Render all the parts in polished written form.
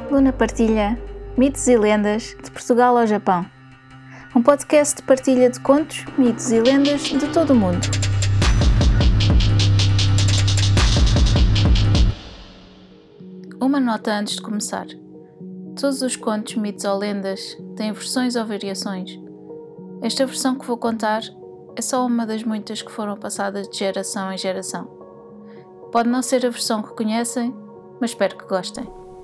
Luna partilha mitos e lendas de Portugal ao Japão. Um podcast de partilha de contos, mitos e lendas de todo o mundo. Uma nota antes de começar. Todos os contos, mitos ou lendas têm versões ou variações. Esta versão que vou contar é só uma das muitas que foram passadas de geração em geração. Pode não ser a versão que conhecem, mas espero que gostem.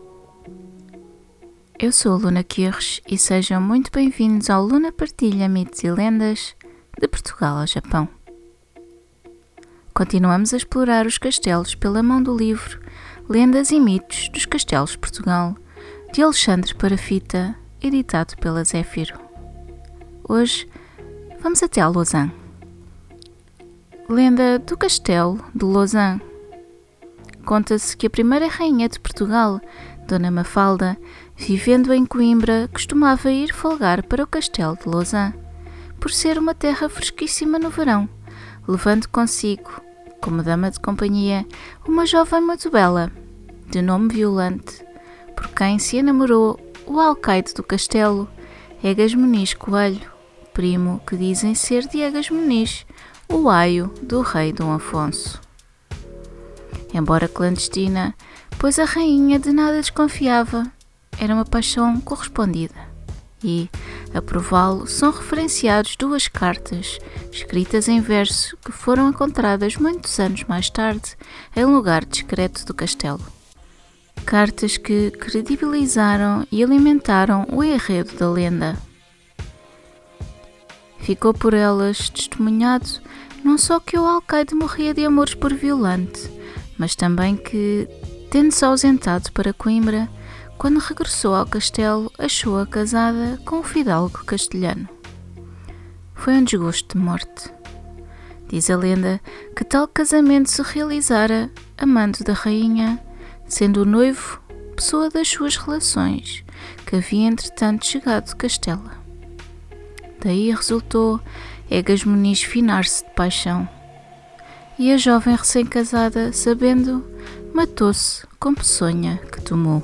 Eu sou a Luna Kirsch e sejam muito bem-vindos ao Luna Partilha Mitos e Lendas de Portugal ao Japão. Continuamos a explorar os castelos pela mão do livro Lendas e Mitos dos Castelos de Portugal, de Alexandre Parafita, editado pela Zéfiro. Hoje vamos até a Lausanne. Lenda do Castelo de Lausanne. Conta-se que a primeira rainha de Portugal, Dona Mafalda, vivendo em Coimbra, costumava ir folgar para o Castelo de Lausanne, por ser uma terra fresquíssima no verão, levando consigo, como dama de companhia, uma jovem muito bela, de nome Violante, por quem se enamorou o alcaide do castelo, Egas Muniz Coelho, primo que dizem ser de Egas Muniz, o aio do rei Dom Afonso. Embora clandestina, pois a rainha de nada desconfiava, era uma paixão correspondida. E, a prová-lo, são referenciados duas cartas, escritas em verso, que foram encontradas muitos anos mais tarde, em lugar discreto do castelo. Cartas que credibilizaram e alimentaram o enredo da lenda. Ficou por elas testemunhado não só que o alcaide morria de amores por Violante, mas também que, tendo-se ausentado para Coimbra, quando regressou ao castelo, achou-a casada com um fidalgo castelhano. Foi um desgosto de morte. Diz a lenda que tal casamento se realizara amando da rainha, sendo o noivo pessoa das suas relações, que havia entretanto chegado de Castela. Daí resultou Egas Muniz finar-se de paixão. E a jovem recém-casada, sabendo, matou-se com peçonha que tomou.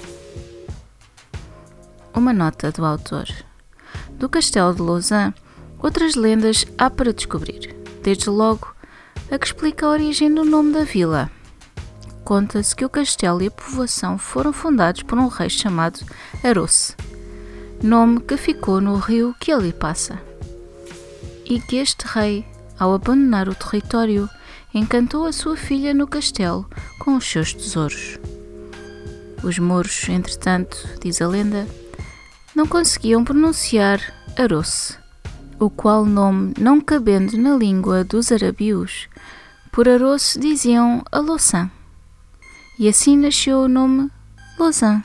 Uma nota do autor. Do Castelo de Lausanne, outras lendas há para descobrir. Desde logo, a que explica a origem do nome da vila. Conta-se que o castelo e a povoação foram fundados por um rei chamado Aroce, nome que ficou no rio que ali passa. E que este rei, ao abandonar o território, encantou a sua filha no castelo com os seus tesouros. Os mouros, entretanto, diz a lenda, não conseguiam pronunciar Aroce, o qual nome, não cabendo na língua dos arabios, por Aroce diziam a Lausanne, e assim nasceu o nome Lausanne.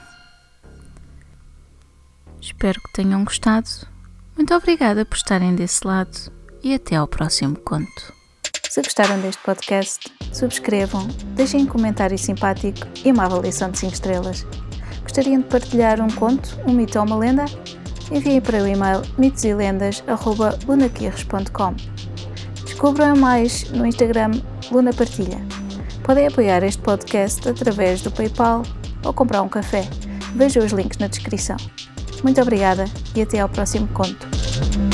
Espero que tenham gostado. Muito obrigada por estarem desse lado e até ao próximo conto. Se gostaram deste podcast, subscrevam, deixem um comentário simpático e uma avaliação de 5 estrelas. Gostariam de partilhar um conto, um mito ou uma lenda? Enviem para o e-mail mitoselendas@lunakirsch.com. Descubram mais no Instagram Luna Partilha. Podem apoiar este podcast através do PayPal ou comprar um café. Vejam os links na descrição. Muito obrigada e até ao próximo conto.